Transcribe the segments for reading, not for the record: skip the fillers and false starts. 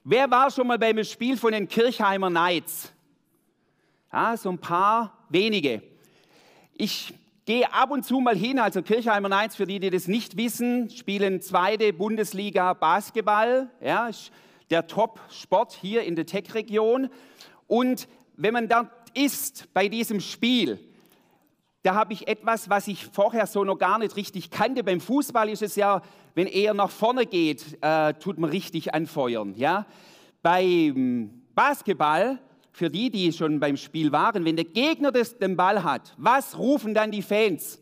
Wer war schon mal beim Spiel von den Kirchheimer Knights? Ja, so ein paar wenige. Ich gehe ab und zu mal hin, also Kirchheimer Knights, für die, die das nicht wissen, spielen 2. Bundesliga Basketball. Ja, ist der Top-Sport hier in der Tech-Region. Und wenn man dort ist bei diesem Spiel, da habe ich etwas, was ich vorher so noch gar nicht richtig kannte. Beim Fußball ist es ja, wenn er nach vorne geht, tut man richtig anfeuern. Ja? Beim Basketball, für die, die schon beim Spiel waren, wenn der Gegner den Ball hat, was rufen dann die Fans?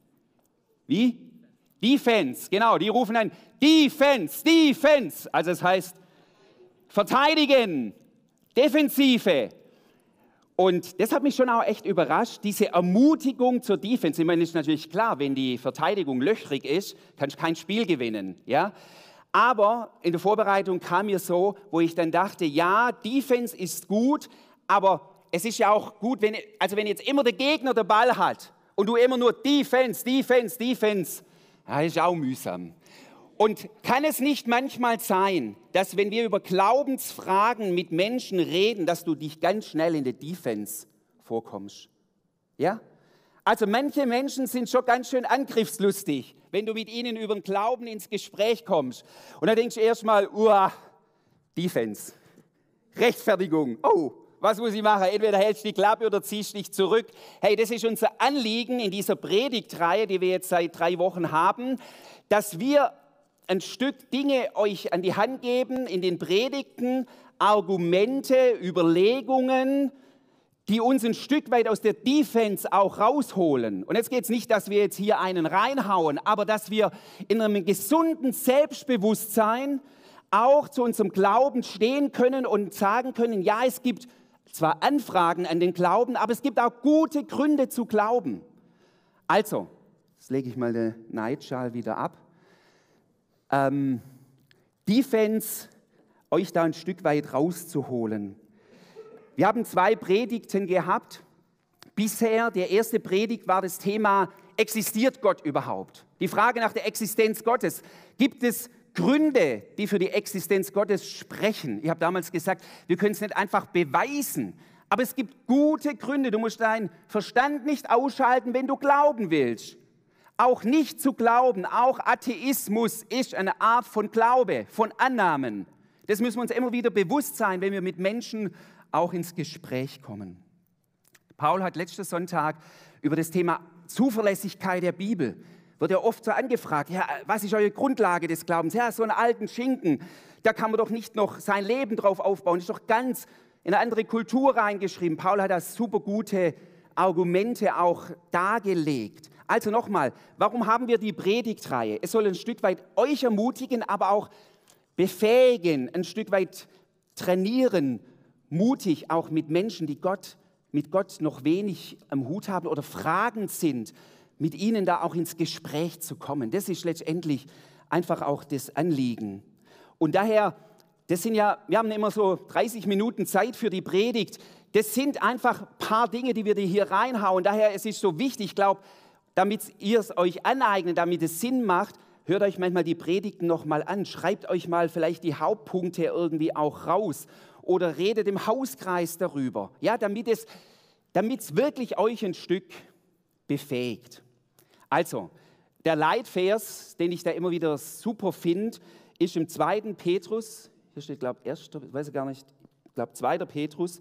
Wie? Defense, genau, die rufen dann Defense, Defense. Also das heißt verteidigen, Defensive. Und das hat mich schon auch echt überrascht, diese Ermutigung zur Defense. Ich meine, ist natürlich klar, wenn die Verteidigung löchrig ist, kannst du kein Spiel gewinnen. Ja? Aber in der Vorbereitung kam mir so, wo ich dann dachte, ja, Defense ist gut, aber es ist ja auch gut, wenn jetzt immer der Gegner den Ball hat und du immer nur Defense, Defense, Defense, ja, ist auch mühsam. Und kann es nicht manchmal sein, dass wenn wir über Glaubensfragen mit Menschen reden, dass du dich ganz schnell in der Defense vorkommst? Ja? Also manche Menschen sind schon ganz schön angriffslustig, wenn du mit ihnen über den Glauben ins Gespräch kommst. Und dann denkst du erstmal, Defense, Rechtfertigung, was muss ich machen? Entweder hältst du die Klappe oder ziehst dich zurück. Hey, das ist unser Anliegen in dieser Predigtreihe, die wir jetzt seit 3 Wochen haben, dass wir ein Stück Dinge euch an die Hand geben in den Predigten, Argumente, Überlegungen, die uns ein Stück weit aus der Defense auch rausholen. Und jetzt geht es nicht, dass wir jetzt hier einen reinhauen, aber dass wir in einem gesunden Selbstbewusstsein auch zu unserem Glauben stehen können und sagen können, ja, es gibt zwar Anfragen an den Glauben, aber es gibt auch gute Gründe zu glauben. Also, jetzt lege ich mal den Neidschal wieder ab. Defense, euch da ein Stück weit rauszuholen. Wir haben 2 Predigten gehabt. Bisher, der erste Predigt war das Thema, existiert Gott überhaupt? Die Frage nach der Existenz Gottes. Gibt es Gründe, die für die Existenz Gottes sprechen? Ich habe damals gesagt, wir können es nicht einfach beweisen, aber es gibt gute Gründe. Du musst deinen Verstand nicht ausschalten, wenn du glauben willst. Auch nicht zu glauben, auch Atheismus ist eine Art von Glaube, von Annahmen. Das müssen wir uns immer wieder bewusst sein, wenn wir mit Menschen auch ins Gespräch kommen. Paul hat letzten Sonntag über das Thema Zuverlässigkeit der Bibel, wird ja oft so angefragt, ja, was ist eure Grundlage des Glaubens? Ja, so einen alten Schinken, da kann man doch nicht noch sein Leben drauf aufbauen, ist doch ganz in eine andere Kultur reingeschrieben. Paul hat da super gute Argumente auch dargelegt. Also nochmal, warum haben wir die Predigtreihe? Es soll ein Stück weit euch ermutigen, aber auch befähigen, ein Stück weit trainieren, mutig auch mit Menschen, die mit Gott noch wenig am Hut haben oder fragend sind, mit ihnen da auch ins Gespräch zu kommen. Das ist letztendlich einfach auch das Anliegen. Und daher, wir haben immer so 30 Minuten Zeit für die Predigt. Das sind einfach ein paar Dinge, die wir hier reinhauen. Daher es ist so wichtig, ich glaube, damit ihr es euch aneignet, damit es Sinn macht, hört euch manchmal die Predigten nochmal an, schreibt euch mal vielleicht die Hauptpunkte irgendwie auch raus oder redet im Hauskreis darüber, ja, damit es wirklich euch ein Stück befähigt. Also, der Leitvers, den ich da immer wieder super finde, ist im 2. Petrus, hier steht, glaube ich, 1., ich weiß gar nicht, ich glaube 2. Petrus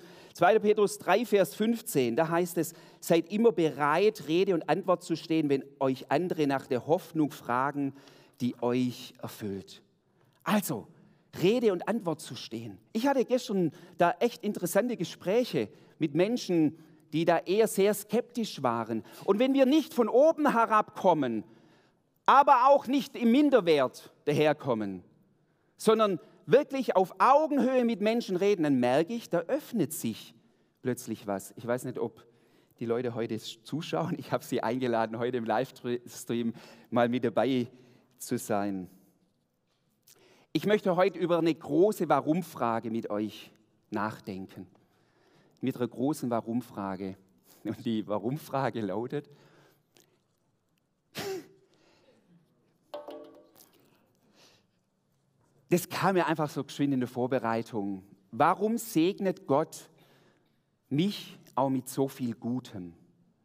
3, Vers 15, da heißt es, seid immer bereit, Rede und Antwort zu stehen, wenn euch andere nach der Hoffnung fragen, die euch erfüllt. Also, Rede und Antwort zu stehen. Ich hatte gestern da echt interessante Gespräche mit Menschen, die da eher sehr skeptisch waren. Und wenn wir nicht von oben herabkommen, aber auch nicht im Minderwert daherkommen, sondern wirklich auf Augenhöhe mit Menschen reden, dann merke ich, da öffnet sich plötzlich was. Ich weiß nicht, ob die Leute heute zuschauen. Ich habe sie eingeladen, heute im Livestream mal mit dabei zu sein. Ich möchte heute über eine große Warum-Frage mit euch nachdenken. Mit einer großen Warum-Frage. Und die Warum-Frage lautet, Das kam mir einfach so geschwind in der Vorbereitung. Warum segnet Gott mich auch mit so viel Gutem?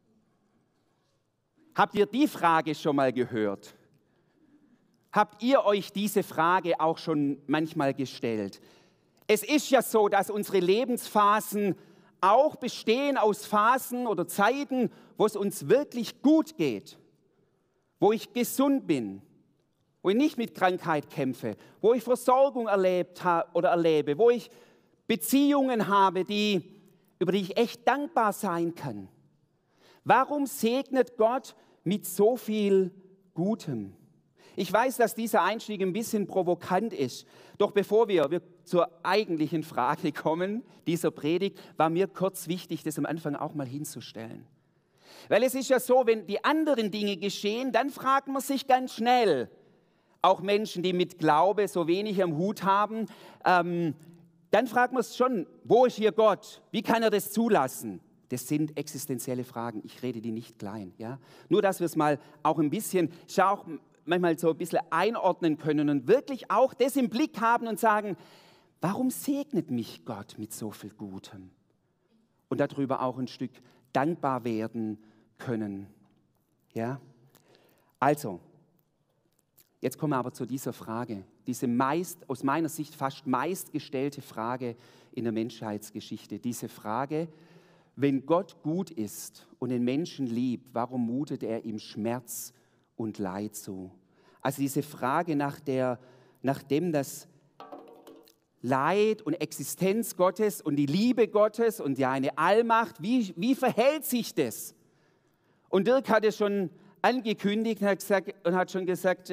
Habt ihr die Frage schon mal gehört? Habt ihr euch diese Frage auch schon manchmal gestellt? Es ist ja so, dass unsere Lebensphasen auch bestehen aus Phasen oder Zeiten, wo es uns wirklich gut geht, wo ich gesund bin, wo ich nicht mit Krankheit kämpfe, wo ich Versorgung erlebt habe oder erlebe, wo ich Beziehungen habe, über die ich echt dankbar sein kann. Warum segnet Gott mit so viel Gutem? Ich weiß, dass dieser Einstieg ein bisschen provokant ist, doch bevor wir zur eigentlichen Frage kommen, dieser Predigt, war mir kurz wichtig, das am Anfang auch mal hinzustellen. Weil es ist ja so, wenn die anderen Dinge geschehen, dann fragt man sich ganz schnell, auch Menschen, die mit Glaube so wenig am Hut haben, dann fragt man es schon, wo ist hier Gott? Wie kann er das zulassen? Das sind existenzielle Fragen, ich rede die nicht klein. Ja? Nur, dass wir es mal auch ein bisschen, auch manchmal so ein bisschen einordnen können und wirklich auch das im Blick haben und sagen, warum segnet mich Gott mit so viel Gutem? Und darüber auch ein Stück dankbar werden können. Ja? Also, jetzt kommen wir aber zu dieser Frage, diese aus meiner Sicht fast meistgestellte Frage in der Menschheitsgeschichte. Diese Frage, wenn Gott gut ist und den Menschen liebt, warum mutet er ihm Schmerz und Leid zu? Also diese Frage nachdem das Leid und Existenz Gottes und die Liebe Gottes und ja eine Allmacht, wie verhält sich das? Und Dirk hat es schon angekündigt und hat schon gesagt,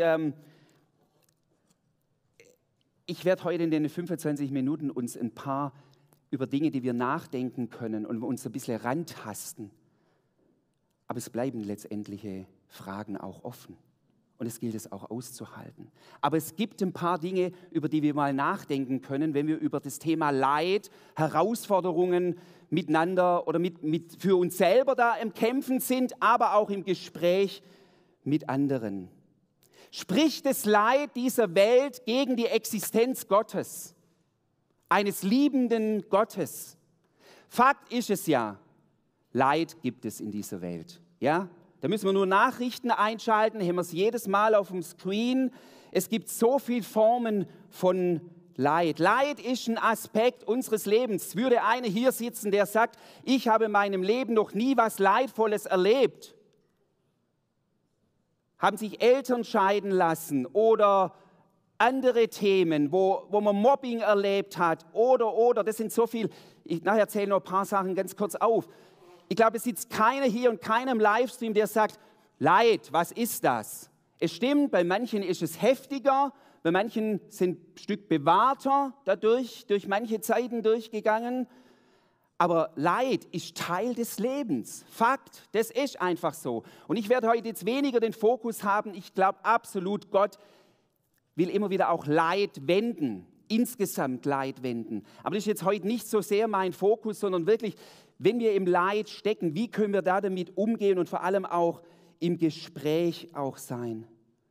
ich werde heute in den 25 Minuten uns ein paar über Dinge, die wir nachdenken können und uns ein bisschen rantasten. Aber es bleiben letztendliche Fragen auch offen. Und es gilt es auch auszuhalten. Aber es gibt ein paar Dinge, über die wir mal nachdenken können, wenn wir über das Thema Leid, Herausforderungen miteinander oder für uns selber da im Kämpfen sind, aber auch im Gespräch mit anderen. Spricht das Leid dieser Welt gegen die Existenz Gottes, eines liebenden Gottes? Fakt ist es ja, Leid gibt es in dieser Welt. Ja? Da müssen wir nur Nachrichten einschalten, haben wir es jedes Mal auf dem Screen. Es gibt so viele Formen von Leid. Leid ist ein Aspekt unseres Lebens. Es würde einer hier sitzen, der sagt, ich habe in meinem Leben noch nie was Leidvolles erlebt. Haben sich Eltern scheiden lassen oder andere Themen, wo man Mobbing erlebt hat oder, das sind so viel. Nachher erzähle ich noch ein paar Sachen ganz kurz auf. Ich glaube, es sitzt keiner hier und keiner im Livestream, der sagt, Leid, was ist das? Es stimmt, bei manchen ist es heftiger, bei manchen sind ein Stück bewahrter dadurch, durch manche Zeiten durchgegangen. Aber Leid ist Teil des Lebens. Fakt, das ist einfach so. Und ich werde heute jetzt weniger den Fokus haben. Ich glaube absolut, Gott will immer wieder auch Leid wenden, insgesamt Leid wenden. Aber das ist jetzt heute nicht so sehr mein Fokus, sondern wirklich, wenn wir im Leid stecken, wie können wir da damit umgehen und vor allem auch im Gespräch auch sein.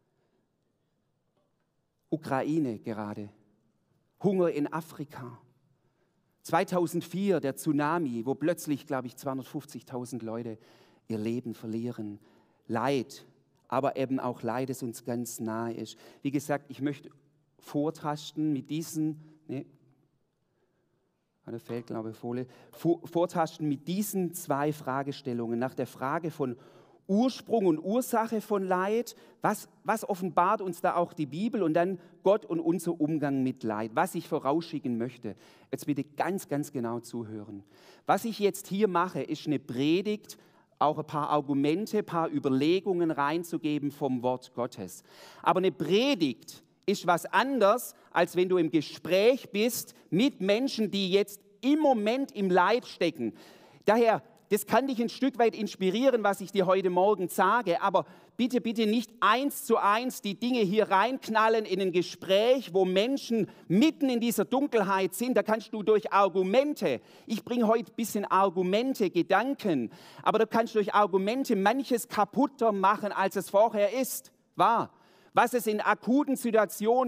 Ukraine gerade, Hunger in Afrika. 2004 der Tsunami, wo plötzlich, glaube ich, 250.000 Leute ihr Leben verlieren. Leid, aber eben auch Leid, das uns ganz nahe ist. Wie gesagt, ich möchte vortasten mit diesen, da fehlt, glaube ich, Folie, vortasten mit diesen zwei Fragestellungen nach der Frage von Ursprung und Ursache von Leid, was offenbart uns da auch die Bibel und dann Gott und unser Umgang mit Leid, was ich vorausschicken möchte. Jetzt bitte ganz, ganz genau zuhören. Was ich jetzt hier mache, ist eine Predigt, auch ein paar Argumente, ein paar Überlegungen reinzugeben vom Wort Gottes. Aber eine Predigt ist was anderes, als wenn du im Gespräch bist mit Menschen, die jetzt im Moment im Leid stecken. Daher, das kann dich ein Stück weit inspirieren, was ich dir heute Morgen sage, aber bitte, bitte nicht 1:1 die Dinge hier reinknallen in ein Gespräch, wo Menschen mitten in dieser Dunkelheit sind. Da kannst du durch Argumente, ich bringe heute ein bisschen Argumente, Gedanken, aber du kannst durch Argumente manches kaputter machen, als es vorher ist. Wahr? Was es in akuten Situationen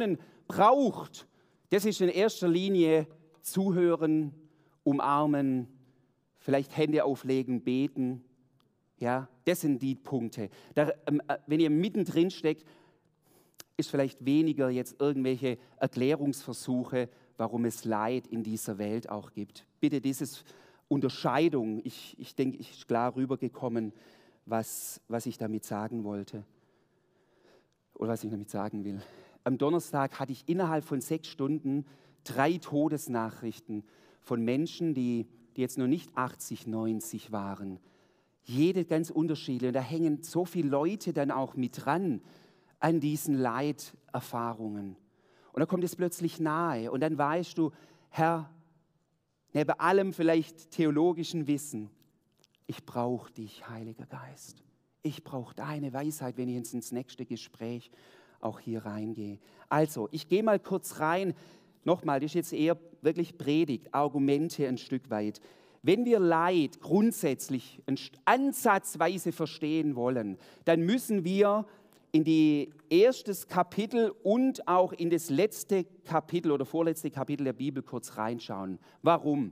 braucht, das ist in erster Linie zuhören, umarmen, vielleicht Hände auflegen, beten. Ja, das sind die Punkte. Wenn ihr mittendrin steckt, ist vielleicht weniger jetzt irgendwelche Erklärungsversuche, warum es Leid in dieser Welt auch gibt. Bitte diese Unterscheidung, ich denke, ich ist klar rübergekommen, was ich damit sagen wollte oder was ich damit sagen will. Am Donnerstag hatte ich innerhalb von 6 Stunden 3 Todesnachrichten von Menschen, die jetzt noch nicht 80, 90 waren. Jede ganz unterschiedlich. Und da hängen so viele Leute dann auch mit dran an diesen Leiterfahrungen. Und dann kommt es plötzlich nahe. Und dann weißt du, Herr, neben allem vielleicht theologischen Wissen, ich brauche dich, Heiliger Geist. Ich brauche deine Weisheit, wenn ich jetzt ins nächste Gespräch auch hier reingehe. Also, ich gehe mal kurz rein. Nochmal, das ist jetzt eher wirklich Predigt, Argumente ein Stück weit. Wenn wir Leid grundsätzlich ansatzweise verstehen wollen, dann müssen wir in die erstes Kapitel und auch in das letzte Kapitel oder vorletzte Kapitel der Bibel kurz reinschauen. Warum?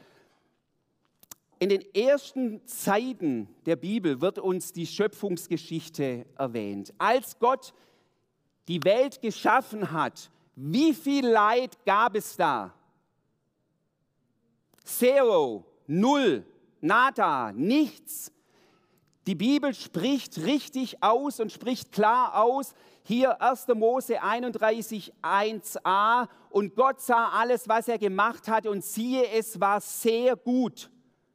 In den ersten Seiten der Bibel wird uns die Schöpfungsgeschichte erwähnt. Als Gott die Welt geschaffen hat, wie viel Leid gab es da? 0, 0, nada, nichts. Die Bibel spricht richtig aus und spricht klar aus. Hier 1. Mose 31, 1a. Und Gott sah alles, was er gemacht hat, und siehe, es war sehr gut.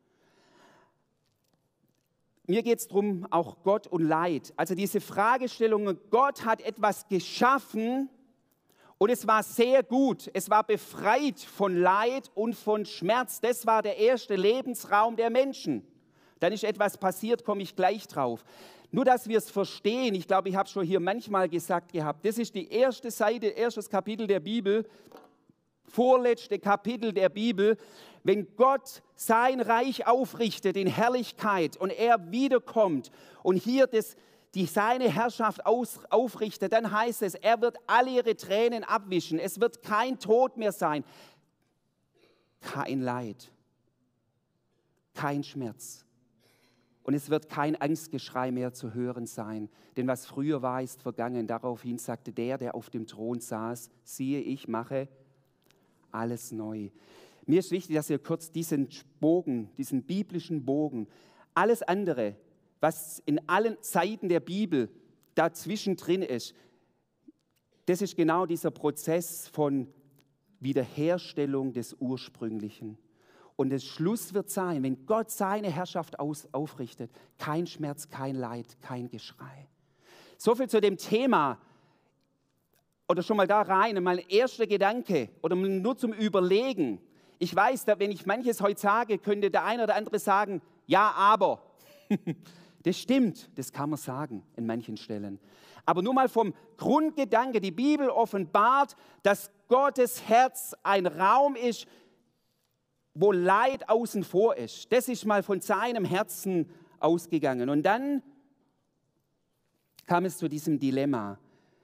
Mir geht es darum, auch Gott und Leid. Also diese Fragestellung, Gott hat etwas geschaffen und es war sehr gut. Es war befreit von Leid und von Schmerz. Das war der erste Lebensraum der Menschen. Dann ist etwas passiert, komme ich gleich drauf. Nur, dass wir es verstehen, ich glaube, ich habe es schon hier manchmal gesagt gehabt, das ist die erste Seite, erstes Kapitel der Bibel, vorletzte Kapitel der Bibel. Wenn Gott sein Reich aufrichtet in Herrlichkeit und er wiederkommt und hier seine Herrschaft aufrichtet, dann heißt es, er wird alle ihre Tränen abwischen. Es wird kein Tod mehr sein, kein Leid, kein Schmerz. Und es wird kein Angstgeschrei mehr zu hören sein. Denn was früher war, ist vergangen. Daraufhin sagte der auf dem Thron saß, siehe, ich mache alles neu. Mir ist wichtig, dass ihr kurz diesen Bogen, diesen biblischen Bogen, alles andere, was in allen Seiten der Bibel dazwischen drin ist, das ist genau dieser Prozess von Wiederherstellung des Ursprünglichen. Und der Schluss wird sein, wenn Gott seine Herrschaft aufrichtet, kein Schmerz, kein Leid, kein Geschrei. So viel zu dem Thema. Oder schon mal da rein, mein erster Gedanke oder nur zum Überlegen. Ich weiß, dass, wenn ich manches heute sage, könnte der eine oder andere sagen, ja, aber. Das stimmt, das kann man sagen in manchen Stellen. Aber nur mal vom Grundgedanke, die Bibel offenbart, dass Gottes Herz ein Raum ist, wo Leid außen vor ist. Das ist mal von seinem Herzen ausgegangen. Und dann kam es zu diesem Dilemma.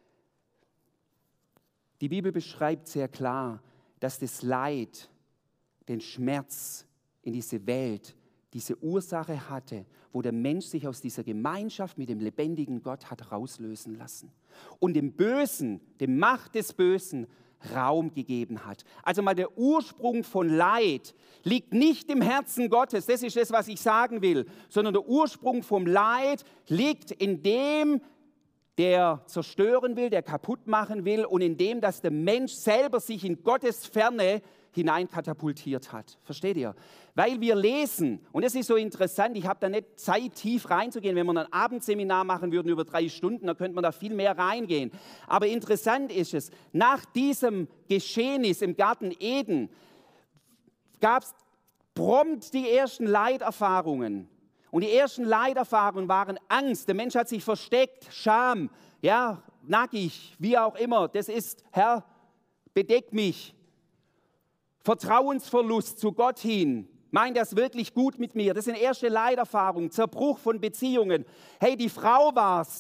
Die Bibel beschreibt sehr klar, dass das Leid, den Schmerz in diese Welt, diese Ursache hatte, wo der Mensch sich aus dieser Gemeinschaft mit dem lebendigen Gott hat rauslösen lassen und dem Bösen, dem Macht des Bösen Raum gegeben hat. Also mal der Ursprung von Leid liegt nicht im Herzen Gottes, das ist das, was ich sagen will, sondern der Ursprung vom Leid liegt in dem, der zerstören will, der kaputt machen will und in dem, dass der Mensch selber sich in Gottes Ferne hineinkatapultiert hat. Versteht ihr? Weil wir lesen, und das ist so interessant, ich habe da nicht Zeit, tief reinzugehen, wenn wir ein Abendseminar machen würden über 3 Stunden, dann könnte man da viel mehr reingehen. Aber interessant ist es, nach diesem Geschehnis im Garten Eden gab es prompt die ersten Leiterfahrungen. Und die ersten Leiterfahrungen waren Angst, der Mensch hat sich versteckt, Scham, ja, nackig, wie auch immer, das ist, Herr, bedeck mich. Vertrauensverlust zu Gott hin. Meint er es wirklich gut mit mir? Das sind erste Leiterfahrungen, Zerbruch von Beziehungen. Hey, die Frau war's,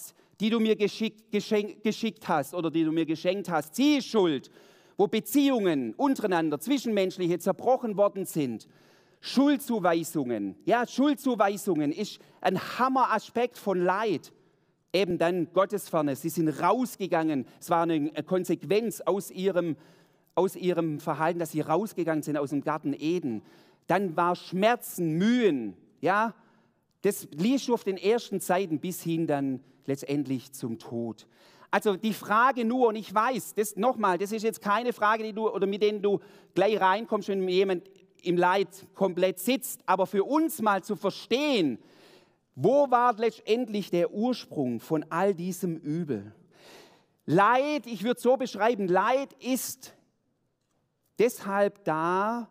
die du mir geschickt hast oder die du mir geschenkt hast, sie ist schuld. Wo Beziehungen untereinander, zwischenmenschliche zerbrochen worden sind. Schuldzuweisungen. Ja, Schuldzuweisungen ist ein Hammeraspekt von Leid. Eben dann Gottesferne. Sie sind rausgegangen. Es war eine Konsequenz aus ihrem Verhalten, dass sie rausgegangen sind aus dem Garten Eden. Dann war Schmerzen, Mühen. Ja, das liest du auf den ersten Seiten bis hin dann letztendlich zum Tod. Also die Frage nur, und ich weiß, das ist jetzt keine Frage, mit der du gleich reinkommst, wenn jemand im Leid komplett sitzt, aber für uns mal zu verstehen, wo war letztendlich der Ursprung von all diesem Übel? Leid, ich würde es so beschreiben, Leid ist deshalb da,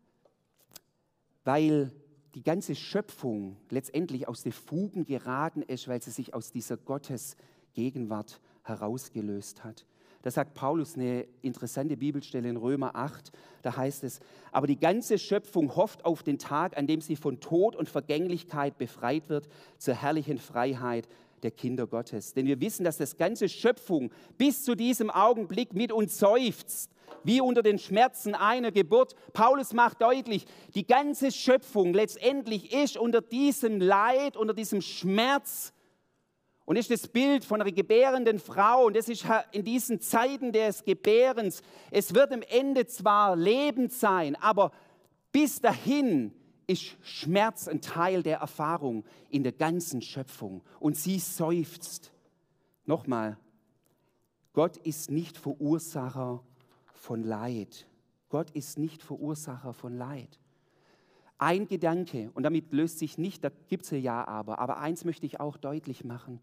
weil die ganze Schöpfung letztendlich aus den Fugen geraten ist, weil sie sich aus dieser Gottesgegenwart herausgelöst hat. Da sagt Paulus eine interessante Bibelstelle in Römer 8, da heißt es, aber die ganze Schöpfung hofft auf den Tag, an dem sie von Tod und Vergänglichkeit befreit wird, zur herrlichen Freiheit der Kinder Gottes. Denn wir wissen, dass das ganze Schöpfung bis zu diesem Augenblick mit uns seufzt, wie unter den Schmerzen einer Geburt. Paulus macht deutlich, die ganze Schöpfung letztendlich ist unter diesem Leid, unter diesem Schmerz. Und das ist das Bild von einer gebärenden Frau. Und das ist in diesen Zeiten des Gebärens. Es wird am Ende zwar lebend sein, aber bis dahin ist Schmerz ein Teil der Erfahrung in der ganzen Schöpfung. Und sie seufzt. Nochmal, Gott ist nicht Verursacher von Leid. Gott ist nicht Verursacher von Leid. Ein Gedanke, und damit löst sich nicht, da gibt es ja aber eins möchte ich auch deutlich machen.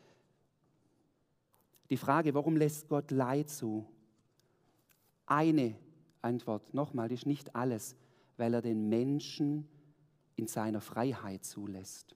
Die Frage, warum lässt Gott Leid zu? Eine Antwort, nochmal, das ist nicht alles, weil er den Menschen in seiner Freiheit zulässt.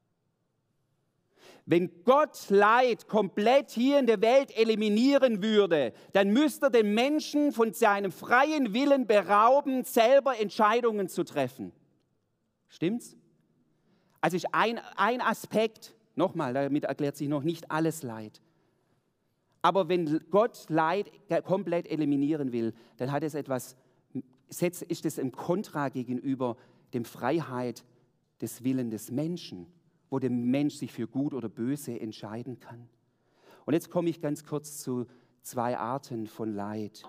Wenn Gott Leid komplett hier in der Welt eliminieren würde, dann müsste er den Menschen von seinem freien Willen berauben, selber Entscheidungen zu treffen. Stimmt's? Also ist ein Aspekt, nochmal, damit erklärt sich noch nicht alles Leid. Aber wenn Gott Leid komplett eliminieren will, dann hat es ist es im Kontra gegenüber der Freiheit des Willens des Menschen, wo der Mensch sich für gut oder böse entscheiden kann. Und jetzt komme ich ganz kurz zu 2 Arten von Leid.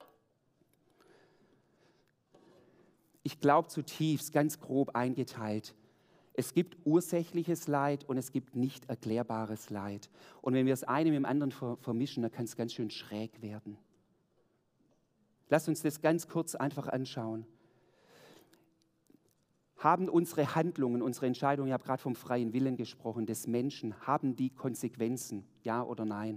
Ich glaube zutiefst, ganz grob eingeteilt, es gibt ursächliches Leid und es gibt nicht erklärbares Leid. Und wenn wir das eine mit dem anderen vermischen, dann kann es ganz schön schräg werden. Lasst uns das ganz kurz einfach anschauen. Haben unsere Handlungen, unsere Entscheidungen, ich habe gerade vom freien Willen gesprochen, des Menschen, haben die Konsequenzen, ja oder nein?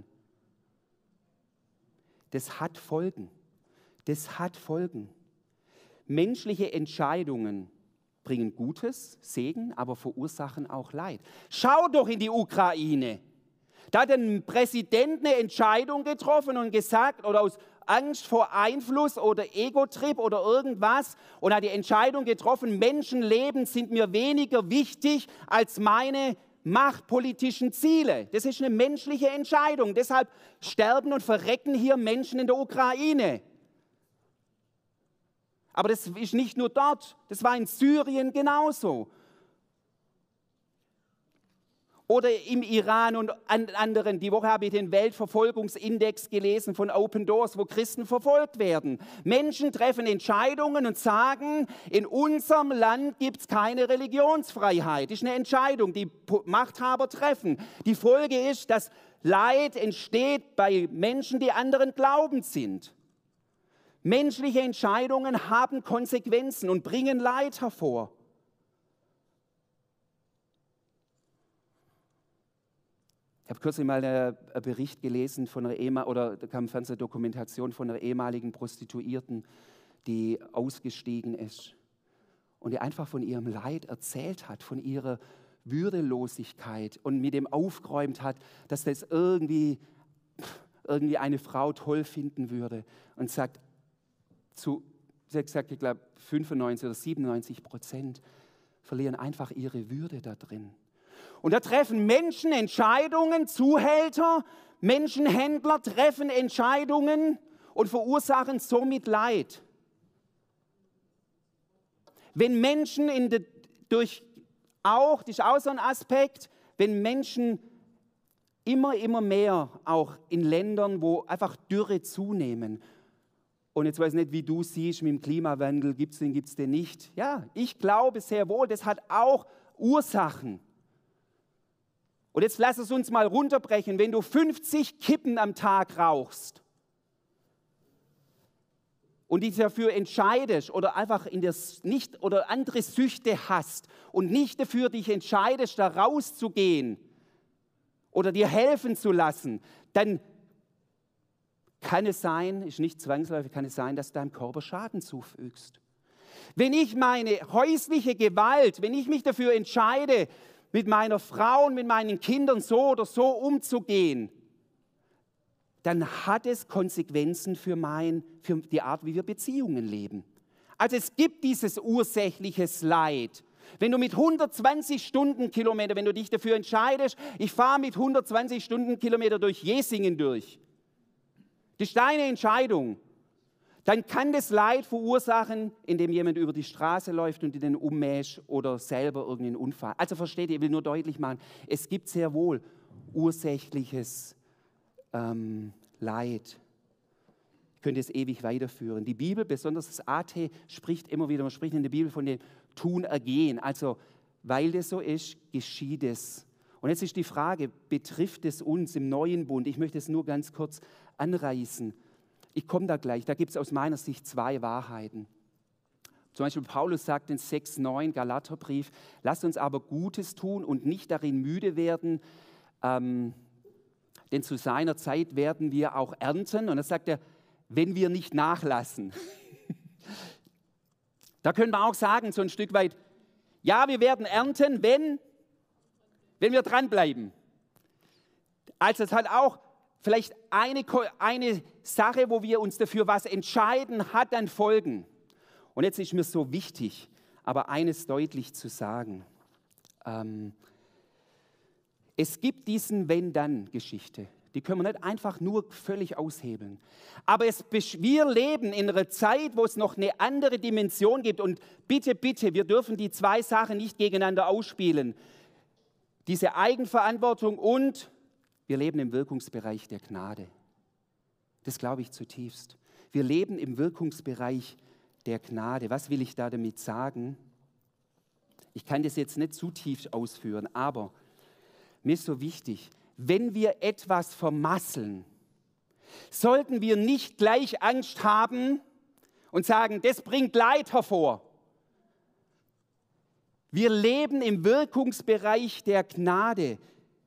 Das hat Folgen. Das hat Folgen. Menschliche Entscheidungen bringen Gutes, Segen, aber verursachen auch Leid. Schau doch in die Ukraine. Da hat ein Präsident eine Entscheidung getroffen und gesagt, oder aus Angst vor Einfluss oder Ego-Trip oder irgendwas, und hat die Entscheidung getroffen, Menschenleben sind mir weniger wichtig als meine machtpolitischen Ziele. Das ist eine menschliche Entscheidung. Deshalb sterben und verrecken hier Menschen in der Ukraine. Aber das ist nicht nur dort, das war in Syrien genauso. Oder im Iran und an anderen. Die Woche habe ich den Weltverfolgungsindex gelesen von Open Doors, wo Christen verfolgt werden. Menschen treffen Entscheidungen und sagen, in unserem Land gibt es keine Religionsfreiheit. Das ist eine Entscheidung, die Machthaber treffen. Die Folge ist, dass Leid entsteht bei Menschen, die anderen Glaubens sind. Menschliche Entscheidungen haben Konsequenzen und bringen Leid hervor. Ich habe kürzlich mal einen Bericht gelesen von da kam eine Fernsehdokumentation von einer ehemaligen Prostituierten, die ausgestiegen ist und die einfach von ihrem Leid erzählt hat, von ihrer Würdelosigkeit und mit dem aufgeräumt hat, dass das irgendwie eine Frau toll finden würde und sagt, sie hat gesagt, ich glaube 95 oder 97% verlieren einfach ihre Würde da drin. Und da treffen Menschen Entscheidungen, Zuhälter, Menschenhändler treffen Entscheidungen und verursachen somit Leid. Wenn Menschen das ist auch so ein Aspekt, wenn Menschen immer mehr auch in Ländern, wo einfach Dürre zunehmen. Und jetzt weiß ich nicht, wie du siehst mit dem Klimawandel, gibt es den nicht? Ja, ich glaube sehr wohl, das hat auch Ursachen. Und jetzt lass es uns mal runterbrechen. Wenn du 50 Kippen am Tag rauchst und dich dafür entscheidest oder einfach nicht oder andere Süchte hast und nicht dafür dich entscheidest, da rauszugehen oder dir helfen zu lassen, dann kann es sein, ist nicht zwangsläufig, kann es sein, dass du deinem Körper Schaden zufügst. Wenn ich meine häusliche Gewalt, wenn ich mich dafür entscheide, mit meiner Frau und mit meinen Kindern so oder so umzugehen, dann hat es Konsequenzen für die Art, wie wir Beziehungen leben. Also es gibt dieses ursächliches Leid. Wenn du mit 120 Stundenkilometer, wenn du dich dafür entscheidest, ich fahre mit 120 Stundenkilometer durch Jesingen durch, das ist deine Entscheidung, dann kann das Leid verursachen, indem jemand über die Straße läuft und den ummäht oder selber irgendeinen Unfall. Also versteht ihr, ich will nur deutlich machen, es gibt sehr wohl ursächliches Leid. Ich könnte es ewig weiterführen. Die Bibel, besonders das AT, spricht immer wieder, man spricht in der Bibel von dem Tun-Ergehen. Also, weil das so ist, geschieht es. Und jetzt ist die Frage, betrifft es uns im neuen Bund? Ich möchte es nur ganz kurz anreißen. Ich komme da gleich. Da gibt es aus meiner Sicht zwei Wahrheiten. Zum Beispiel Paulus sagt in 6,9 Galaterbrief, lasst uns aber Gutes tun und nicht darin müde werden, denn zu seiner Zeit werden wir auch ernten. Und dann sagt er, wenn wir nicht nachlassen. Da können wir auch sagen, so ein Stück weit, ja, wir werden ernten, wenn wir dranbleiben. Also es hat auch vielleicht eine Sache, wo wir uns dafür was entscheiden, hat dann Folgen. Und jetzt ist mir so wichtig, aber eines deutlich zu sagen. Es gibt diesen Wenn-Dann-Geschichte. Die können wir nicht einfach nur völlig aushebeln. Aber wir leben in einer Zeit, wo es noch eine andere Dimension gibt. Und bitte, bitte, wir dürfen die zwei Sachen nicht gegeneinander ausspielen. Diese Eigenverantwortung und wir leben im Wirkungsbereich der Gnade. Das glaube ich zutiefst. Wir leben im Wirkungsbereich der Gnade. Was will ich da damit sagen? Ich kann das jetzt nicht zu tief ausführen, aber mir ist so wichtig, wenn wir etwas vermasseln, sollten wir nicht gleich Angst haben und sagen, das bringt Leid hervor. Wir leben im Wirkungsbereich der Gnade.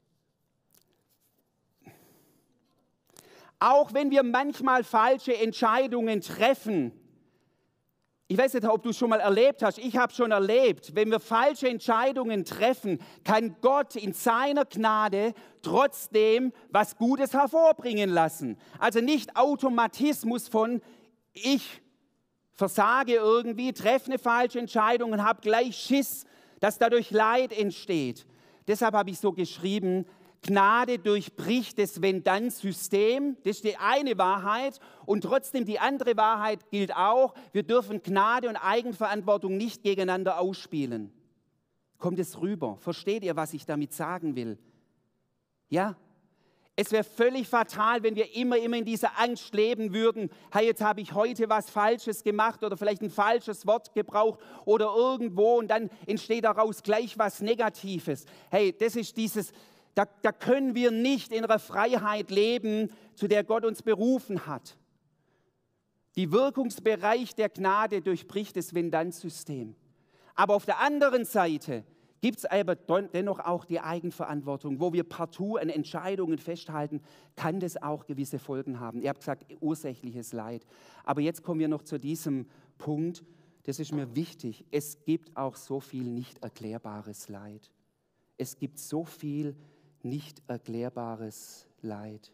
Auch wenn wir manchmal falsche Entscheidungen treffen. Ich weiß nicht, ob du es schon mal erlebt hast. Ich habe schon erlebt, wenn wir falsche Entscheidungen treffen, kann Gott in seiner Gnade trotzdem was Gutes hervorbringen lassen. Also nicht Automatismus von, ich versage irgendwie, treffe eine falsche Entscheidung und habe gleich Schiss, dass dadurch Leid entsteht. Deshalb habe ich so geschrieben, Gnade durchbricht das Wenn-Dann-System, das ist die eine Wahrheit und trotzdem die andere Wahrheit gilt auch, wir dürfen Gnade und Eigenverantwortung nicht gegeneinander ausspielen. Kommt es rüber? Versteht ihr, was ich damit sagen will? Ja? Es wäre völlig fatal, wenn wir immer in dieser Angst leben würden, hey, jetzt habe ich heute was Falsches gemacht oder vielleicht ein falsches Wort gebraucht oder irgendwo und dann entsteht daraus gleich was Negatives. Hey, das ist dieses... Da können wir nicht in einer Freiheit leben, zu der Gott uns berufen hat. Der Wirkungsbereich der Gnade durchbricht das Wenn-Dann-System. Aber auf der anderen Seite gibt es aber dennoch auch die Eigenverantwortung, wo wir partout an Entscheidungen festhalten, kann das auch gewisse Folgen haben. Ihr habt gesagt, ursächliches Leid. Aber jetzt kommen wir noch zu diesem Punkt, das ist mir wichtig. Es gibt auch so viel nicht erklärbares Leid. Es gibt so viel nicht erklärbares Leid.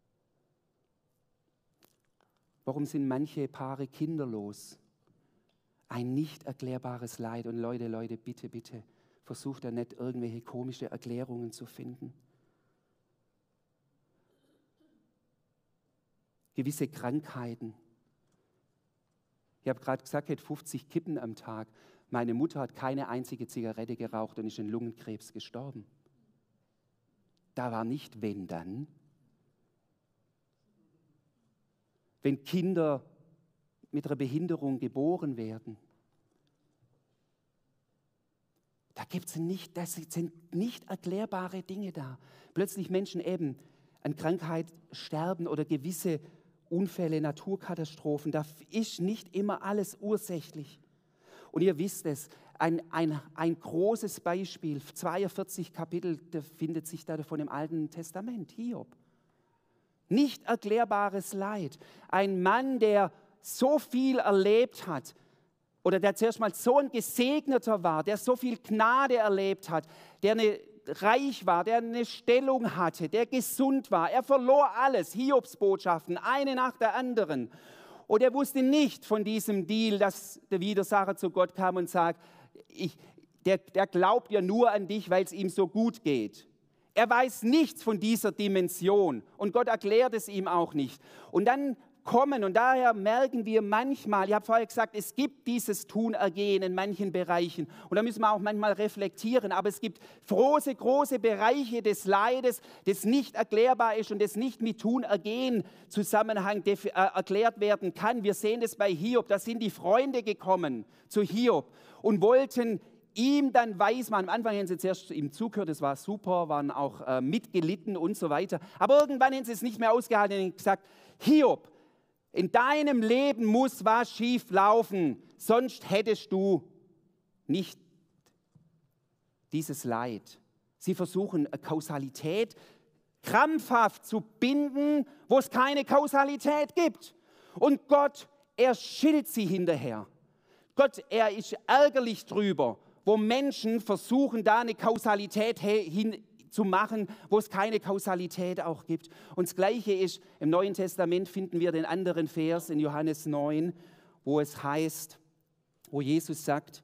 Warum sind manche Paare kinderlos? Ein nicht erklärbares Leid. Und Leute, bitte, bitte, Versuch da nicht irgendwelche komische Erklärungen zu finden. Gewisse Krankheiten. Ich habe gerade gesagt, ich hätte 50 Kippen am Tag. Meine Mutter hat keine einzige Zigarette geraucht und ist an Lungenkrebs gestorben. Da war nicht wenn dann. Wenn Kinder mit einer Behinderung geboren werden, das sind nicht erklärbare Dinge da. Plötzlich Menschen eben an Krankheit sterben oder gewisse Unfälle, Naturkatastrophen, da ist nicht immer alles ursächlich. Und ihr wisst es, ein großes Beispiel, 42 Kapitel, da findet sich da davon im Alten Testament, Hiob. Nicht erklärbares Leid. Ein Mann, der so viel erlebt hat, oder der zuerst mal so ein Gesegneter war, der so viel Gnade erlebt hat, der reich war, der eine Stellung hatte, der gesund war. Er verlor alles, Hiobsbotschaften, eine nach der anderen. Und er wusste nicht von diesem Deal, dass der Widersacher zu Gott kam und sagt, der glaubt ja nur an dich, weil es ihm so gut geht. Er weiß nichts von dieser Dimension und Gott erklärt es ihm auch nicht. Und dann kommen, und daher merken wir manchmal, ich habe vorher gesagt, es gibt dieses Tun-Ergehen in manchen Bereichen und da müssen wir auch manchmal reflektieren, aber es gibt große Bereiche des Leides, das nicht erklärbar ist und das nicht mit Tun-Ergehen Zusammenhang erklärt werden kann. Wir sehen das bei Hiob, da sind die Freunde gekommen zu Hiob und wollten ihm dann weismachen. Am Anfang haben sie zuerst ihm zugehört, das war super, waren auch mitgelitten und so weiter, aber irgendwann haben sie es nicht mehr ausgehalten und gesagt, Hiob, in deinem Leben muss was schief laufen, sonst hättest du nicht dieses Leid. Sie versuchen, eine Kausalität krampfhaft zu binden, wo es keine Kausalität gibt. Und Gott, er schilt sie hinterher. Gott, er ist ärgerlich drüber, wo Menschen versuchen, da eine Kausalität zu machen, wo es keine Kausalität auch gibt. Und das Gleiche ist, im Neuen Testament finden wir den anderen Vers in Johannes 9, wo es heißt, wo Jesus sagt,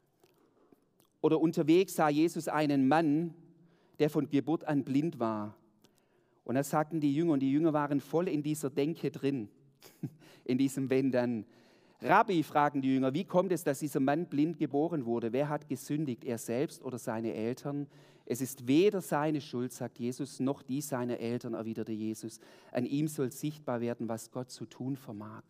oder unterwegs sah Jesus einen Mann, der von Geburt an blind war. Und das sagten die Jünger, und die Jünger waren voll in dieser Denke drin, in diesem Wenn dann. Rabbi, fragen die Jünger, wie kommt es, dass dieser Mann blind geboren wurde? Wer hat gesündigt, er selbst oder seine Eltern? Es ist weder seine Schuld, sagt Jesus, noch die seiner Eltern, erwiderte Jesus. An ihm soll sichtbar werden, was Gott zu tun vermag.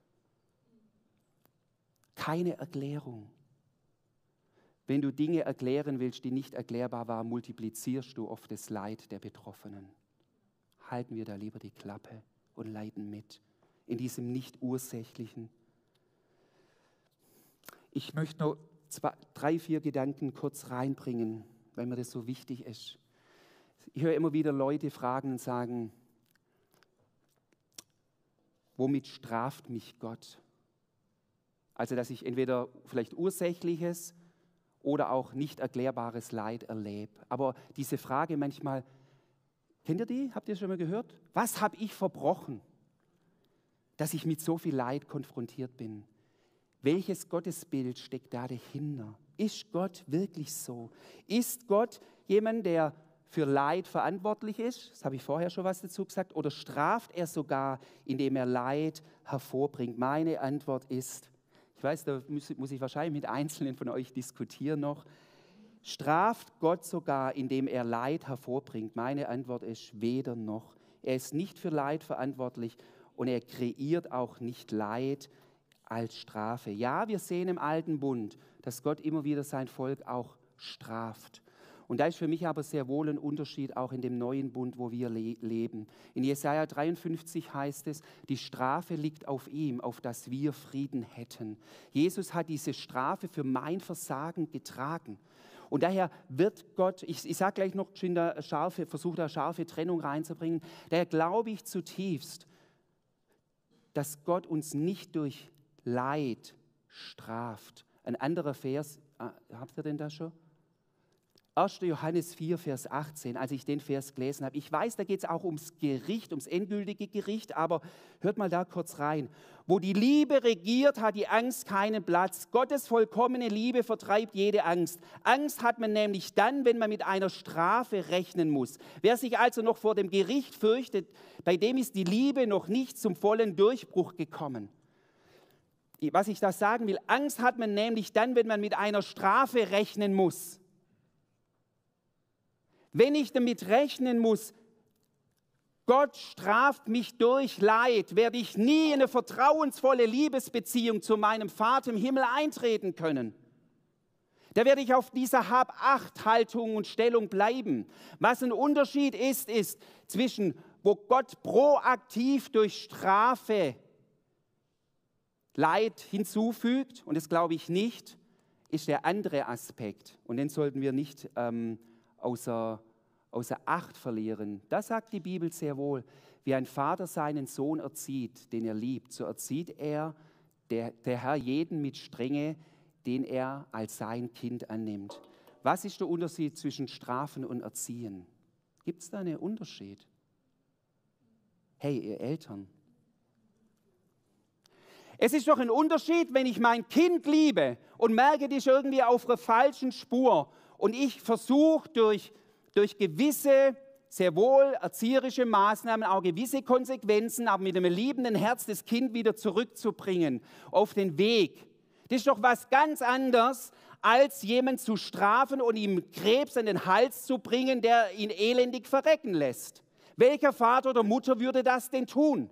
Keine Erklärung. Wenn du Dinge erklären willst, die nicht erklärbar waren, multiplizierst du oft das Leid der Betroffenen. Halten wir da lieber die Klappe und leiden mit in diesem nicht ursächlichen. Ich möchte noch 3, 4 Gedanken kurz reinbringen, weil mir das so wichtig ist. Ich höre immer wieder Leute fragen und sagen, womit straft mich Gott? Also, dass ich entweder vielleicht ursächliches oder auch nicht erklärbares Leid erlebe. Aber diese Frage manchmal, kennt ihr die? Habt ihr schon mal gehört? Was habe ich verbrochen, dass ich mit so viel Leid konfrontiert bin? Welches Gottesbild steckt da dahinter? Ist Gott wirklich so? Ist Gott jemand, der für Leid verantwortlich ist? Das habe ich vorher schon was dazu gesagt. Oder straft er sogar, indem er Leid hervorbringt? Meine Antwort ist, ich weiß, da muss ich wahrscheinlich mit Einzelnen von euch diskutieren noch. Straft Gott sogar, indem er Leid hervorbringt? Meine Antwort ist weder noch. Er ist nicht für Leid verantwortlich und er kreiert auch nicht Leid als Strafe. Ja, wir sehen im Alten Bund, dass Gott immer wieder sein Volk auch straft. Und da ist für mich aber sehr wohl ein Unterschied auch in dem neuen Bund, wo wir leben. In Jesaja 53 heißt es, die Strafe liegt auf ihm, auf dass wir Frieden hätten. Jesus hat diese Strafe für mein Versagen getragen. Und daher wird Gott, ich sage gleich noch, versuche da scharfe Trennung reinzubringen, daher glaube ich zutiefst, dass Gott uns nicht durch Leid straft. Ein anderer Vers, habt ihr denn das schon? 1. Johannes 4, Vers 18, als ich den Vers gelesen habe. Ich weiß, da geht es auch ums Gericht, ums endgültige Gericht, aber hört mal da kurz rein. Wo die Liebe regiert, hat die Angst keinen Platz. Gottes vollkommene Liebe vertreibt jede Angst. Angst hat man nämlich dann, wenn man mit einer Strafe rechnen muss. Wer sich also noch vor dem Gericht fürchtet, bei dem ist die Liebe noch nicht zum vollen Durchbruch gekommen. Was ich da sagen will, Angst hat man nämlich dann, wenn man mit einer Strafe rechnen muss. Wenn ich damit rechnen muss, Gott straft mich durch Leid, werde ich nie in eine vertrauensvolle Liebesbeziehung zu meinem Vater im Himmel eintreten können. Da werde ich auf dieser Hab-Acht-Haltung und Stellung bleiben. Was ein Unterschied ist zwischen, wo Gott proaktiv durch Strafe Leid hinzufügt, und das glaube ich nicht, ist der andere Aspekt. Und den sollten wir nicht außer Acht verlieren. Das sagt die Bibel sehr wohl. Wie ein Vater seinen Sohn erzieht, den er liebt, so erzieht er, der Herr, jeden mit Strenge, den er als sein Kind annimmt. Was ist der Unterschied zwischen Strafen und Erziehen? Gibt es da einen Unterschied? Hey, ihr Eltern. Es ist doch ein Unterschied, wenn ich mein Kind liebe und merke, das ist irgendwie auf einer falschen Spur und ich versuche durch gewisse, sehr wohl erzieherische Maßnahmen, auch gewisse Konsequenzen, aber mit einem liebenden Herz das Kind wieder zurückzubringen auf den Weg. Das ist doch was ganz anderes, als jemanden zu strafen und ihm Krebs an den Hals zu bringen, der ihn elendig verrecken lässt. Welcher Vater oder Mutter würde das denn tun?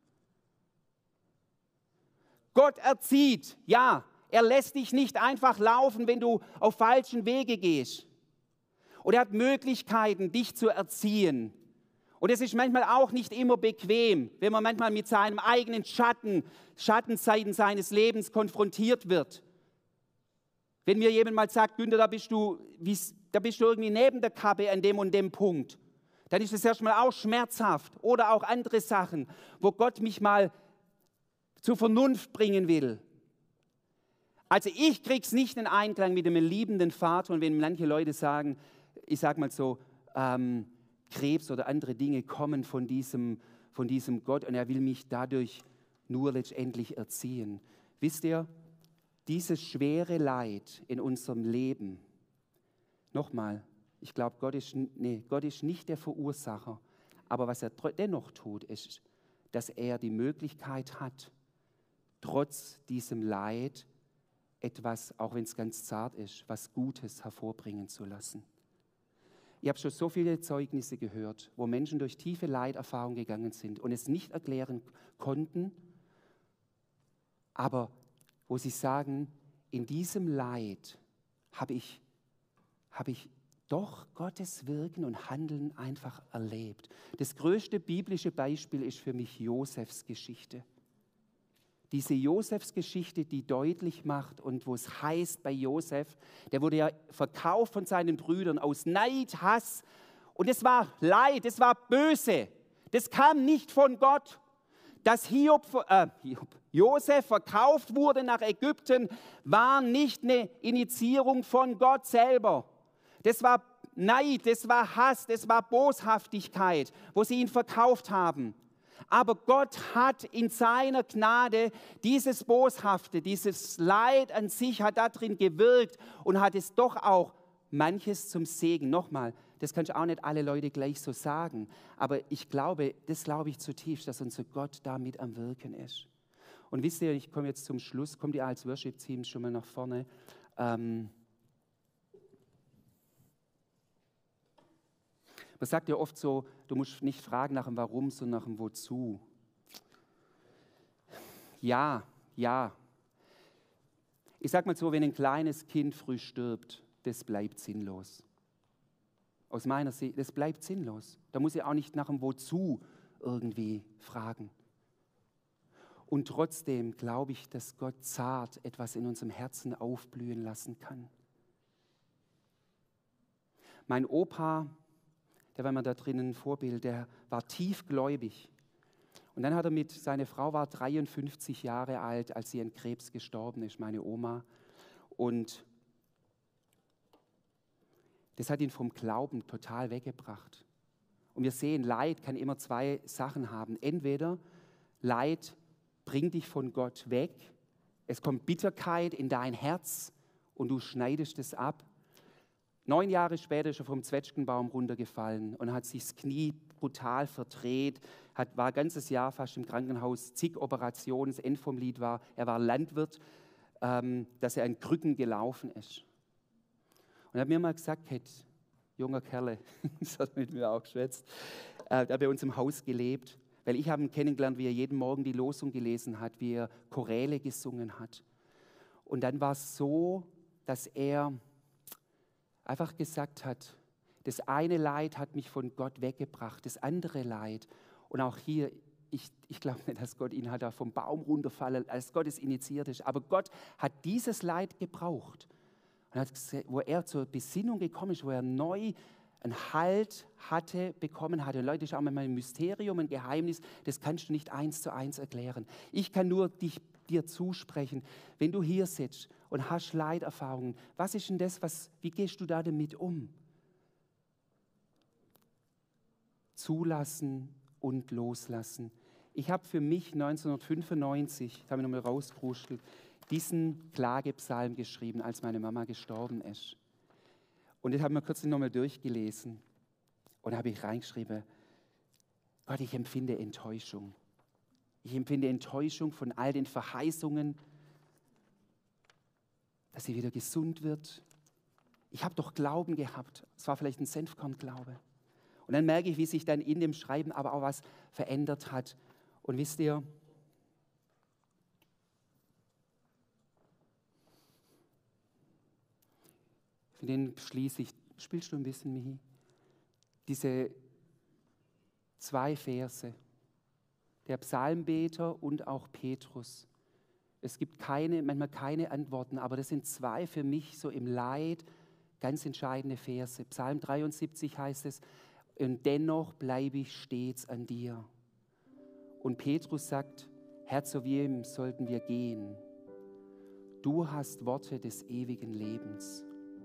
Gott erzieht, ja, er lässt dich nicht einfach laufen, wenn du auf falschen Wege gehst. Und er hat Möglichkeiten, dich zu erziehen. Und es ist manchmal auch nicht immer bequem, wenn man manchmal mit seinem eigenen Schattenseiten seines Lebens konfrontiert wird. Wenn mir jemand mal sagt, Günther, da bist du irgendwie neben der Kappe an dem und dem Punkt, dann ist es erstmal auch schmerzhaft. Oder auch andere Sachen, wo Gott mich mal zur Vernunft bringen will. Also ich kriege es nicht in Einklang mit einem liebenden Vater. Und wenn manche Leute sagen, ich sage mal so, Krebs oder andere Dinge kommen von diesem Gott und er will mich dadurch nur letztendlich erziehen. Wisst ihr, dieses schwere Leid in unserem Leben, nochmal, ich glaube, Gott ist nicht der Verursacher, aber was er dennoch tut, ist, dass er die Möglichkeit hat, trotz diesem Leid etwas, auch wenn es ganz zart ist, was Gutes hervorbringen zu lassen. Ich habe schon so viele Zeugnisse gehört, wo Menschen durch tiefe Leiterfahrung gegangen sind und es nicht erklären konnten, aber wo sie sagen, in diesem Leid habe ich doch Gottes Wirken und Handeln einfach erlebt. Das größte biblische Beispiel ist für mich Josefs Geschichte. Diese Josefs-Geschichte, die deutlich macht und wo es heißt bei Josef, der wurde ja verkauft von seinen Brüdern aus Neid, Hass und es war Leid, es war böse. Das kam nicht von Gott. Dass Josef verkauft wurde nach Ägypten, war nicht eine Initiierung von Gott selber. Das war Neid, das war Hass, das war Boshaftigkeit, wo sie ihn verkauft haben. Aber Gott hat in seiner Gnade dieses Boshafte, dieses Leid an sich hat da drin gewirkt und hat es doch auch manches zum Segen. Nochmal, das kannst du auch nicht alle Leute gleich so sagen, aber das glaube ich zutiefst, dass unser Gott damit am Wirken ist. Und wisst ihr, ich komme jetzt zum Schluss, kommt ihr als Worship-Team schon mal nach vorne. Man sagt ja oft so, du musst nicht fragen nach dem Warum, sondern nach dem Wozu. Ja. Ich sage mal so, wenn ein kleines Kind früh stirbt, das bleibt sinnlos. Aus meiner Sicht, das bleibt sinnlos. Da muss ich auch nicht nach dem Wozu irgendwie fragen. Und trotzdem glaube ich, dass Gott zart etwas in unserem Herzen aufblühen lassen kann. Mein Opa, der war mir da drinnen ein Vorbild, der war tiefgläubig. Und dann hat seine Frau war 53 Jahre alt, als sie an Krebs gestorben ist, meine Oma. Und das hat ihn vom Glauben total weggebracht. Und wir sehen, Leid kann immer zwei Sachen haben. Entweder Leid bringt dich von Gott weg, es kommt Bitterkeit in dein Herz und du schneidest es ab. 9 Jahre später ist er vom Zwetschgenbaum runtergefallen und hat sich das Knie brutal verdreht, war ein ganzes Jahr fast im Krankenhaus, zig Operationen, das Ende vom Lied war, er war Landwirt, dass er an Krücken gelaufen ist. Und er hat mir mal gesagt, hey, junger Kerle, das hat mit mir auch geschwätzt, der hat bei uns im Haus gelebt, weil ich habe ihn kennengelernt, wie er jeden Morgen die Losung gelesen hat, wie er Choräle gesungen hat. Und dann war es so, dass er einfach gesagt hat, das eine Leid hat mich von Gott weggebracht, das andere Leid. Und auch hier, ich glaube nicht, dass Gott ihn hat da vom Baum runterfallen, als Gott es initiiert ist. Aber Gott hat dieses Leid gebraucht. Und hat gesagt, wo er zur Besinnung gekommen ist, wo er neu einen Halt bekommen hatte. Und Leute, das ist auch manchmal ein Mysterium, ein Geheimnis, das kannst du nicht 1:1 erklären. Ich kann nur dir zusprechen, wenn du hier sitzt und hast Leiterfahrungen, was ist denn das, wie gehst du da damit um? Zulassen und loslassen. Ich habe für mich 1995, das habe ich nochmal rausgeruschelt, diesen Klagepsalm geschrieben, als meine Mama gestorben ist. Und das habe ich mir kürzlich nochmal durchgelesen. Und da habe ich reingeschrieben, Gott, ich empfinde Enttäuschung. Ich empfinde Enttäuschung von all den Verheißungen, dass sie wieder gesund wird. Ich habe doch Glauben gehabt. Es war vielleicht ein Senfkornglaube. Und dann merke ich, wie sich dann in dem Schreiben aber auch was verändert hat. Und wisst ihr, für den schließe ich, spielst du ein bisschen, Michi? Diese 2 Verse, der Psalmbeter und auch Petrus. Es gibt manchmal keine Antworten, aber das sind 2 für mich so im Leid ganz entscheidende Verse. Psalm 73 heißt es, und dennoch bleibe ich stets an dir. Und Petrus sagt, Herr, zu wem sollten wir gehen? Du hast Worte des ewigen Lebens.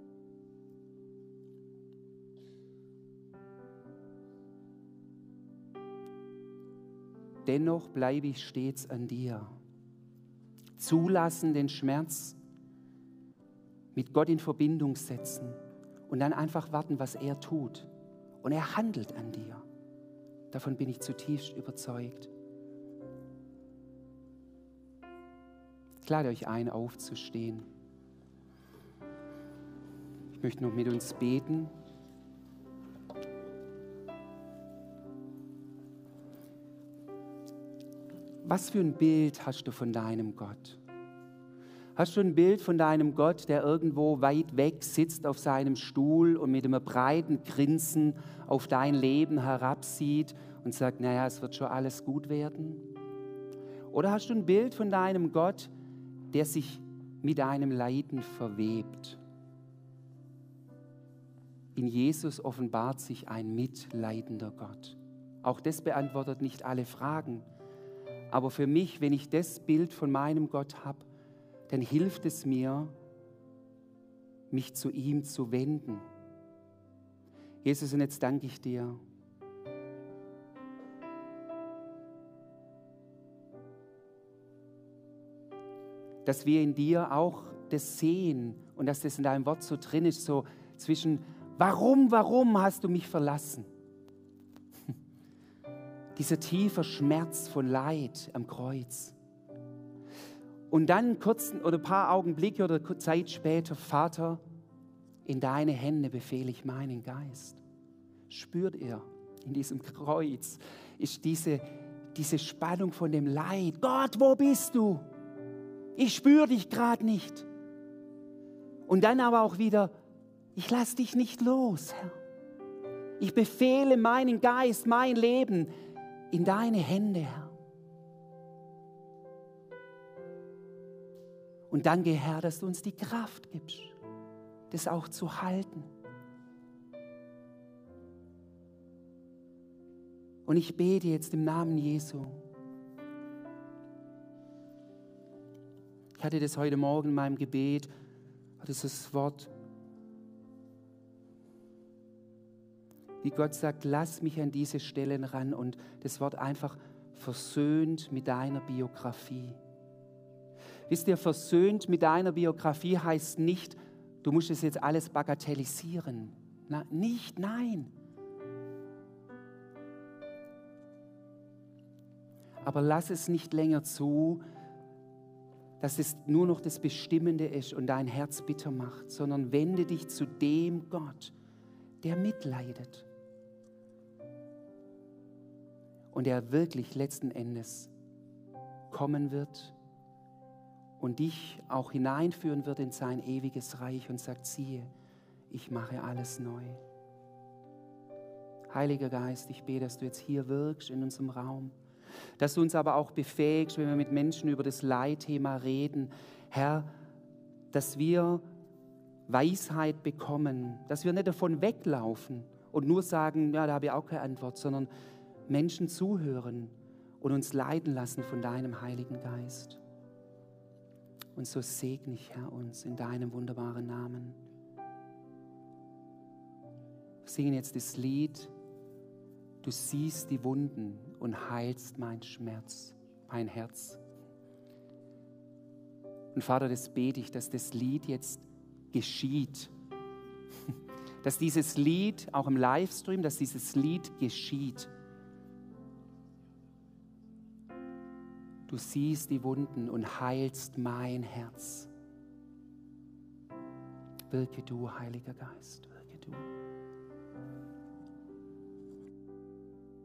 Dennoch bleibe ich stets an dir. Zulassen den Schmerz, mit Gott in Verbindung setzen und dann einfach warten, was er tut. Und er handelt an dir. Davon bin ich zutiefst überzeugt. Ich lade euch ein, aufzustehen. Ich möchte noch mit uns beten. Was für ein Bild hast du von deinem Gott? Hast du ein Bild von deinem Gott, der irgendwo weit weg sitzt auf seinem Stuhl und mit einem breiten Grinsen auf dein Leben herabsieht und sagt, naja, es wird schon alles gut werden? Oder hast du ein Bild von deinem Gott, der sich mit deinem Leiden verwebt? In Jesus offenbart sich ein mitleidender Gott. Auch das beantwortet nicht alle Fragen. Aber für mich, wenn ich das Bild von meinem Gott habe, dann hilft es mir, mich zu ihm zu wenden. Jesus, und jetzt danke ich dir, dass wir in dir auch das sehen und dass das in deinem Wort so drin ist, so zwischen, warum hast du mich verlassen? Dieser tiefe Schmerz von Leid am Kreuz. Und dann kurz oder ein paar Augenblicke oder Zeit später, Vater, in deine Hände befehle ich meinen Geist. Spürt ihr, in diesem Kreuz ist diese Spannung von dem Leid. Gott, wo bist du? Ich spüre dich gerade nicht. Und dann aber auch wieder, ich lasse dich nicht los, Herr. Ich befehle meinen Geist, mein Leben in deine Hände, Herr. Und danke, Herr, dass du uns die Kraft gibst, das auch zu halten. Und ich bete jetzt im Namen Jesu. Ich hatte das heute Morgen in meinem Gebet, das Wort, wie Gott sagt, lass mich an diese Stellen ran und das Wort einfach versöhnt mit deiner Biografie. Wisst ihr, versöhnt mit deiner Biografie heißt nicht, du musst es jetzt alles bagatellisieren. Nein. Aber lass es nicht länger zu, dass es nur noch das Bestimmende ist und dein Herz bitter macht, sondern wende dich zu dem Gott, der mitleidet. Und der wirklich letzten Endes kommen wird und dich auch hineinführen wird in sein ewiges Reich und sagt, siehe, ich mache alles neu. Heiliger Geist, ich bete, dass du jetzt hier wirkst in unserem Raum, dass du uns aber auch befähigst, wenn wir mit Menschen über das Leitthema reden, Herr, dass wir Weisheit bekommen, dass wir nicht davon weglaufen und nur sagen, ja, da habe ich auch keine Antwort, sondern Menschen zuhören und uns leiten lassen von deinem Heiligen Geist. Und so segne ich, Herr, uns in deinem wunderbaren Namen. Wir singen jetzt das Lied, du siehst die Wunden und heilst mein Schmerz, mein Herz. Und Vater, das bete ich, dass das Lied jetzt geschieht. Dass dieses Lied, auch im Livestream, dass dieses Lied geschieht. Du siehst die Wunden und heilst mein Herz. Wirke du, Heiliger Geist, wirke du.